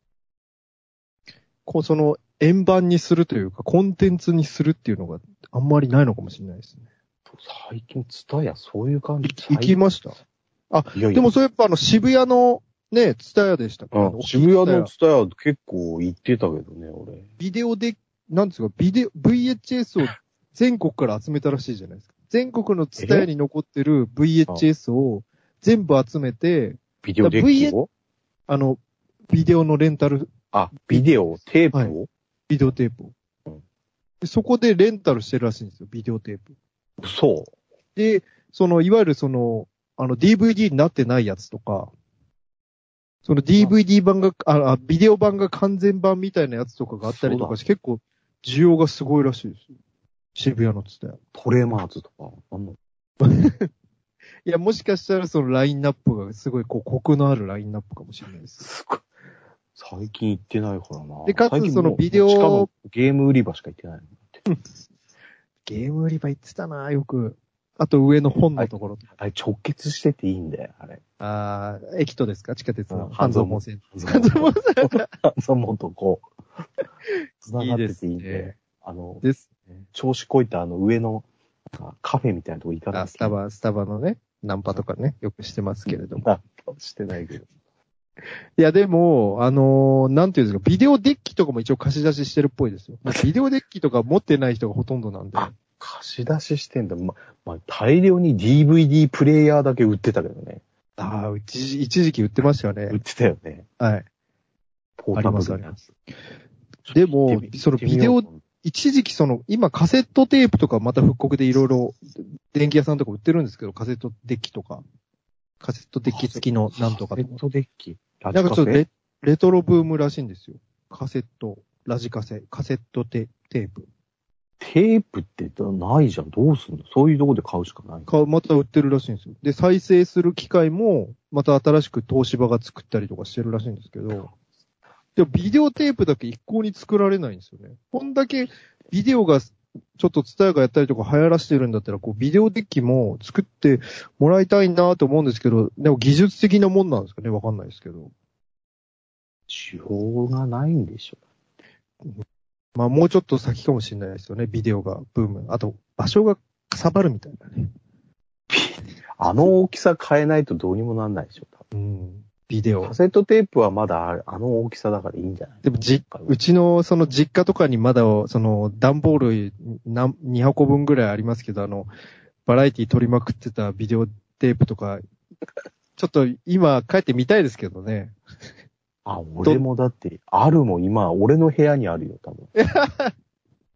こうその円盤にするというかコンテンツにするっていうのがあんまりないのかもしれないですね。 最近ツタヤそういう感じ。 行きました。あ、いやいやでもそれやっぱあの渋谷のね、ツタヤでしたか、 うん、渋谷のツタヤ結構行ってたけどね、俺。 ビデオで、なんですか、ビデオ、ブイエイチエス を全国から集めたらしいじゃないですか。全国のツタヤに残ってる ブイエイチエス を全部集めて、 ビデオデッキをあの、ビデオのレンタル。 あ、ビデオ、テープを、はい、 ビデオテープを、うん、で。そこでレンタルしてるらしいんですよ、ビデオテープ。 そう。 で、その、いわゆるその、あの、ディーブイディー になってないやつとか、その ディーブイディー 版が、あ、ビデオ版が完全版みたいなやつとかがあったりとかして、結構需要がすごいらしいですよ。渋谷のつったよ。 トレマーズとか、あんのいや、もしかしたらそのラインナップがすごいこう、コクのあるラインナップかもしれないです。 すごい。最近行ってないからな。 で、かつそのビデオ。 しかもゲーム売り場しか行ってない。 ゲーム売り場行ってたな、よく。あと上の本のところとか。 あれ直結してていいんだよ、あれ。 ああ、駅とですか地下鉄の。 半蔵門線。 半蔵門線。 半蔵門とこう。繋がってていいんで。いいですね、あの、 です。 調子こいたあの上のカフェみたいなとこ行かない。 あ、スタバ、スタバのね、ナンパとかね、よくしてますけれども。 ナンパしてないけど。 いや、でも、あのー、なんていうんですか、ビデオデッキとかも一応貸し出ししてるっぽいですよ。ビデオデッキとか持ってない人がほとんどなんで。 貸し出ししてんだ。ま、まあ、大量に ディーブイディー プレイヤーだけ売ってたけどね。 ああ、うち、一時期売ってましたよね。 売ってたよね。 はい。 ポータブルのやつ。 でも、そのビデオ、一時期その、今カセットテープとかまた復刻でいろいろ、電気屋さんとか売ってるんですけど、カセットデッキとか。カセットデッキ付きのなんとかとか。 カセットデッキなんかちょっとレレトロブームらしいんですよ。カセット、ラジカセ、カセットテテープ。 テープってないじゃん。どうすんの？そういうとこで買うしかない。 買う、また売ってるらしいんですよ。で、再生する機械も、また新しく東芝が作ったりとかしてるらしいんですけど、でもビデオテープだけ一向に作られないんですよね。こんだけビデオが、ちょっとツタヤがやったりとか流行らしてるんだったら、こう、ビデオデッキも作ってもらいたいなと思うんですけど、でも技術的なもんなんですかね？わかんないですけど。 需要がないんでしょ。 まあもうちょっと先かもしれないですよね、ビデオがブーム。あと、場所がかさばるみたいなね。 あの大きさ変えないとどうにもなんないでしょ、多分。 うん。ビデオ。 カセットテープはまだあの大きさだからいいんじゃない？ でもじ、うちのその実家とかにまだ、その段ボール何に箱分ぐらいありますけど、あの、バラエティ取りまくってたビデオテープとか、ちょっと今帰ってみたいですけどね。 あ、俺もだって、あるもん、今、俺の部屋にあるよ、多分。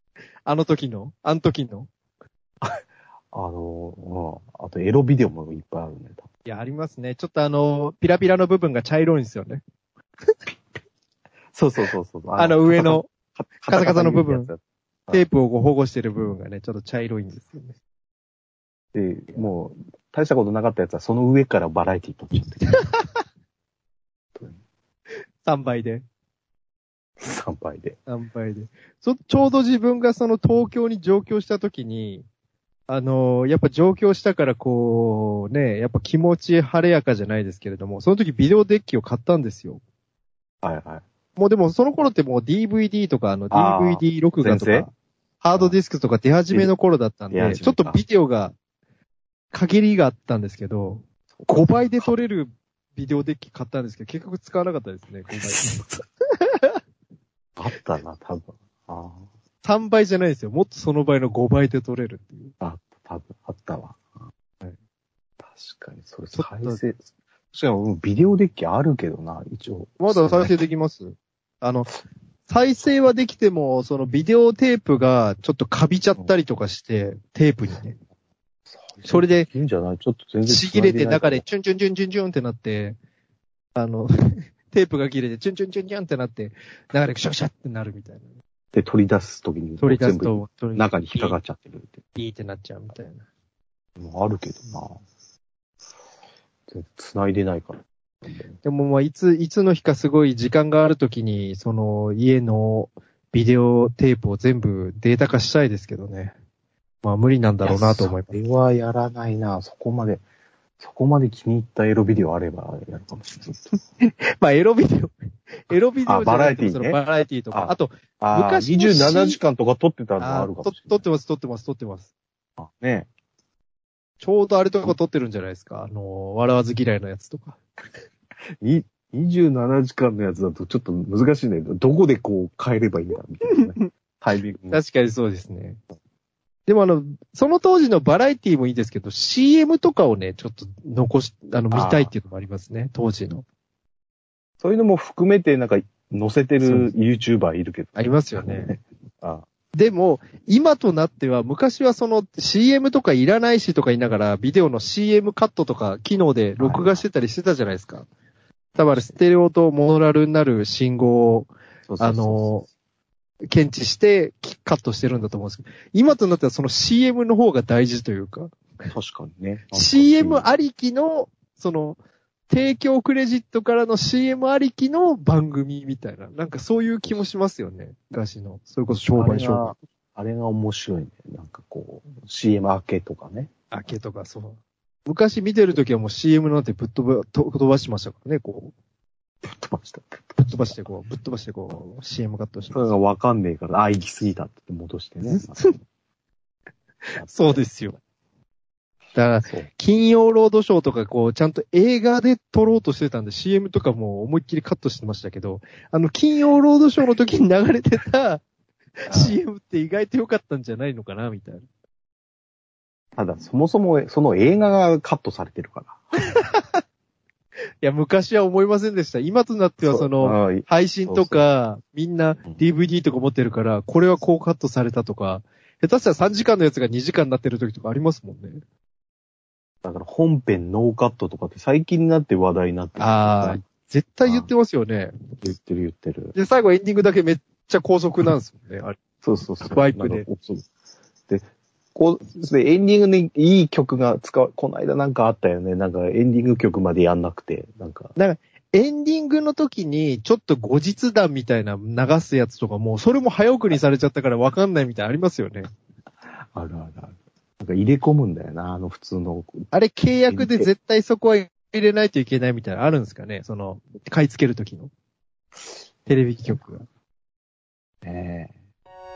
あの時のあの時のあの、うん。あとエロビデオもいっぱいあるね。 いや、ありますね。ちょっとあの、ピラピラの部分が茶色いんですよね。 そうそうそうそう。 あの上のカサカサの部分。 テテープをこう保護してる部分がね、ちょっと茶色いんですよね。 で、もう、大したことなかったやつはその上からバラエティ撮っちゃってる。 さんばいで。 さんばいで。 さんばいで。そ、ちょうど自分がその東京に上京した時に、あのー、やっぱ上京したからこう、ね、やっぱ気持ち晴れやかじゃないですけれども、その時ビデオデッキを買ったんですよ。 はいはい。 もうでもその頃ってもう ディーブイディー とかあの ディーブイディー 録画とか、ハードディスクとか出始めの頃だったんで、ちょっとビデオが限りがあったんですけど、ごばいで撮れるビデオデッキ買ったんですけど、結局使わなかったですね、ごばい。 あったな、多分。あさんばいじゃないですよ。もっとその倍のごばいで撮れるっていう。 あ、多分あったわ。 はい、 確かに、それ再生、しかもビデオデッキあるけどな、一応。 まだ再生できます？あの、再生はできても、そのビデオテープがちょっとカビちゃったりとかして、うん、テープにね。それで、 いいんじゃない？ちょっと全然ちぎれて中でチュンチュンチュンチュンチュンってなって、あの、テープが切れてチュンチュンチュンチュンってなって、中でクシャクシャってなるみたいな。 で、取り出すときに、 取り出すと、 中に引っかかっちゃってるって。 ピーってなっちゃうみたいな。 もうあるけどな。全然繋いでないから。 でもまあ、いつ、いつの日かすごい時間があるときに、その家のビデオテープを全部データ化したいですけどね。まあ無理なんだろうなと思います。 それはやらないな。そこまで、そこまで気に入ったエロビデオあればやるかもしれない。 まあエロビデオ、エロビデオじゃなくて、 バラエティね。 バラエティとか。あ, あと、 あ昔にじゅうななじかんとか撮ってたのもあるかもしれない。 撮ってます、撮ってます、撮ってます。 あ、ねちょうどあれとか撮ってるんじゃないですか。あの、笑わず嫌いのやつとか。 ににじゅうななじかんのやつだとちょっと難しいね。どこでこう変えればいいんだみたいな、ね、タイミング。 確かにそうですね。でもあの、その当時のバラエティもいいですけど、シーエム とかをね、ちょっと残し、あの、見たいっていうのもありますね、当時の。 そういうのも含めてなんか載せてる YouTuber いるけど。 ありますよね。 ああでも、今となっては、昔はその シーエム とかいらないしとか言いながら、ビデオの シーエム カットとか機能で録画してたりしてたじゃないですか。多分ステレオとモノラルになる信号を、あの、検知してカットしてるんだと思うんですけど、今となってはその シーエム の方が大事というか。 確かにね。 シーエム ありきの、その、提供クレジットからの シーエム ありきの番組みたいな。なんかそういう気もしますよね。昔の。それこそ商売商売。 あれが面白いね。なんかこう、シーエム 明けとかね。 明けとかそう。昔見てるときはもう シーエム なんてぶっ飛ば、飛ばしましたからね、こう。 ぶっ飛ばした。 ぶっ飛ばしてこう、ぶっ飛ばしてこう、シーエム カットして。 それがわかんねえから、あ、行き過ぎたって戻してね。 そうですよ。だから、金曜ロードショーとかこう、ちゃんと映画で撮ろうとしてたんで シーエム とかも思いっきりカットしてましたけど、あの、金曜ロードショーの時に流れてたシーエム って意外と良かったんじゃないのかな、みたいな。 ただ、そもそもその映画がカットされてるから。 いや、昔は思いませんでした。今となってはその、配信とか、みんな ディーブイディー とか持ってるから、これはこうカットされたとか、下手したらさんじかんのやつがにじかんになってる時とかありますもんね。 だから本編ノーカットとかって最近になって話題になってる。 ああ、絶対言ってますよね。 言ってる言ってる。 で、最後エンディングだけめっちゃ高速なんですよね。あれそうそうそう。 バイクで。 で、こう、で、エンディングにいい曲が使う、この間なんかあったよね。なんかエンディング曲までやんなくて、なんか。 なんか、エンディングの時に、ちょっと後日談みたいな流すやつとかも、それも早送りされちゃったからわかんないみたいなありますよね。 あるあるある。なんか入れ込むんだよな、あの普通の。 あれ契約で絶対そこは入れないといけないみたいなのあるんですかね、その、買い付ける時の。テレビ局が。 ええ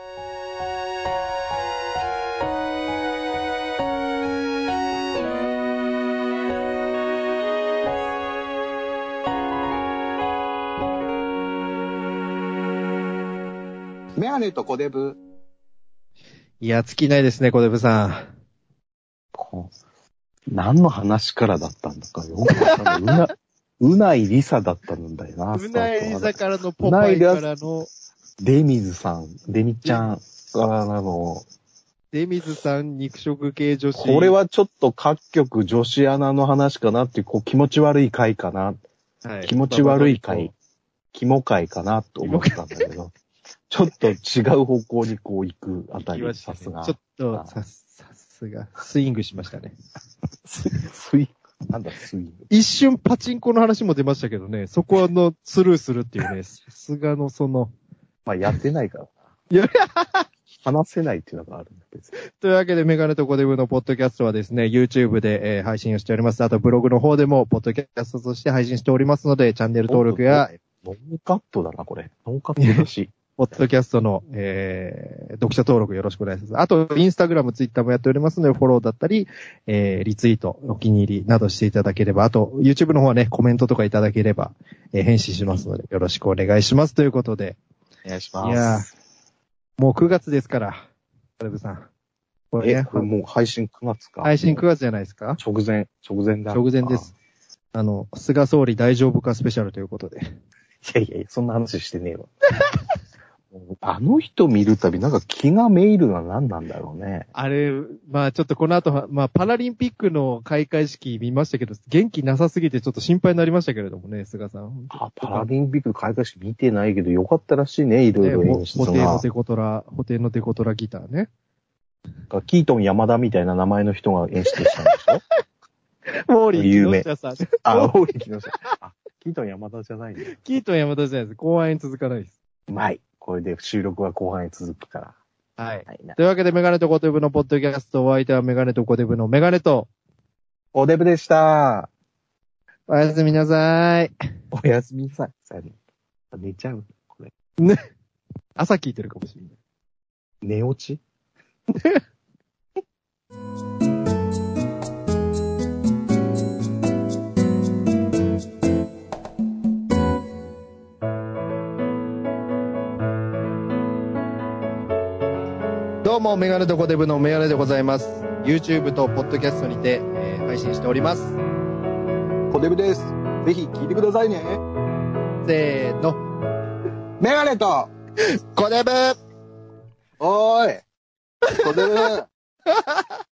メガネとコデブ。 いや、尽きないですね、コデブさん。 こう何の話からだったんだかよくわかんない。うな、うないりさだったんだよな。 うないりさからのポパイからの。 デミズさん、デミちゃん。 からなの。 出水さん、肉食系女子。 これはちょっと各局女子アナの話かなっていう、こう気持ち悪い回かな。はい、気持ち悪い回、キモ回かなと思ったんだけど、ちょっと違う方向にこう行くあたり、さすが。 ちょっと、さ、さすが、スイングしましたね。 スイングなんだスイング。 一瞬パチンコの話も出ましたけどね、そこはのスルーするっていうね、さすがのその。 まあやってないから。 いや話せないっていうのがあるんです。 というわけで、メガネとコデブのポッドキャストはですね、YouTube で、えー、配信をしております。あとブログの方でも、ポッドキャストとして配信しておりますので、チャンネル登録や、 ノーカットだな、これ。ノーカットだし。 ポッドキャストの、えー、読者登録よろしくお願いします。あと、インスタグラム、ツイッターもやっておりますので、フォローだったり、えー、リツイート、お気に入りなどしていただければ、あと、YouTube の方はね、コメントとかいただければ、えー、返信しますので、よろしくお願いします。ということで。 お願いします。 いやー、もうくがつですから。カルブさん。 これ、ね、これもう配信くがつか。 配信くがつじゃないですか？ 直前、直前だ。 直前です。あの、菅総理大丈夫かスペシャルということで。 いやいやいや、そんな話してねえわ。あの人見るたび、なんか気がめいるのは何なんだろうね。 あれ、まあちょっとこの後、まあパラリンピックの開会式見ましたけど、元気なさすぎてちょっと心配になりましたけれどもね、菅さん。 あ、パラリンピック開会式見てないけど、よかったらしいね、いろいろ演出が。 布袋のデコトラ、布袋のデコトラギターね。 キートン山田みたいな名前の人が演出したんでしょ毛利木下さん。 あ、毛利木下。あ、キートン山田じゃないね。 キートン山田じゃないです。後半に続かないです。 うまい。これで収録は後半に続くから。 はい。はい、というわけで、メガネとコデブのポッドキャスト、お相手はメガネとコデブのメガネと、 コデブでした。 おやすみなさい。 おやすみなさい。寝ちゃうこれ。 ね。朝聞いてるかもしれない。 寝落ちどうも、メガネとコデブのメガネでございます。YouTube とポッドキャストにて、えー、配信しております。 コデブです。ぜひ聞いてくださいね。 せーの。 メガネとコデブおーいコデブ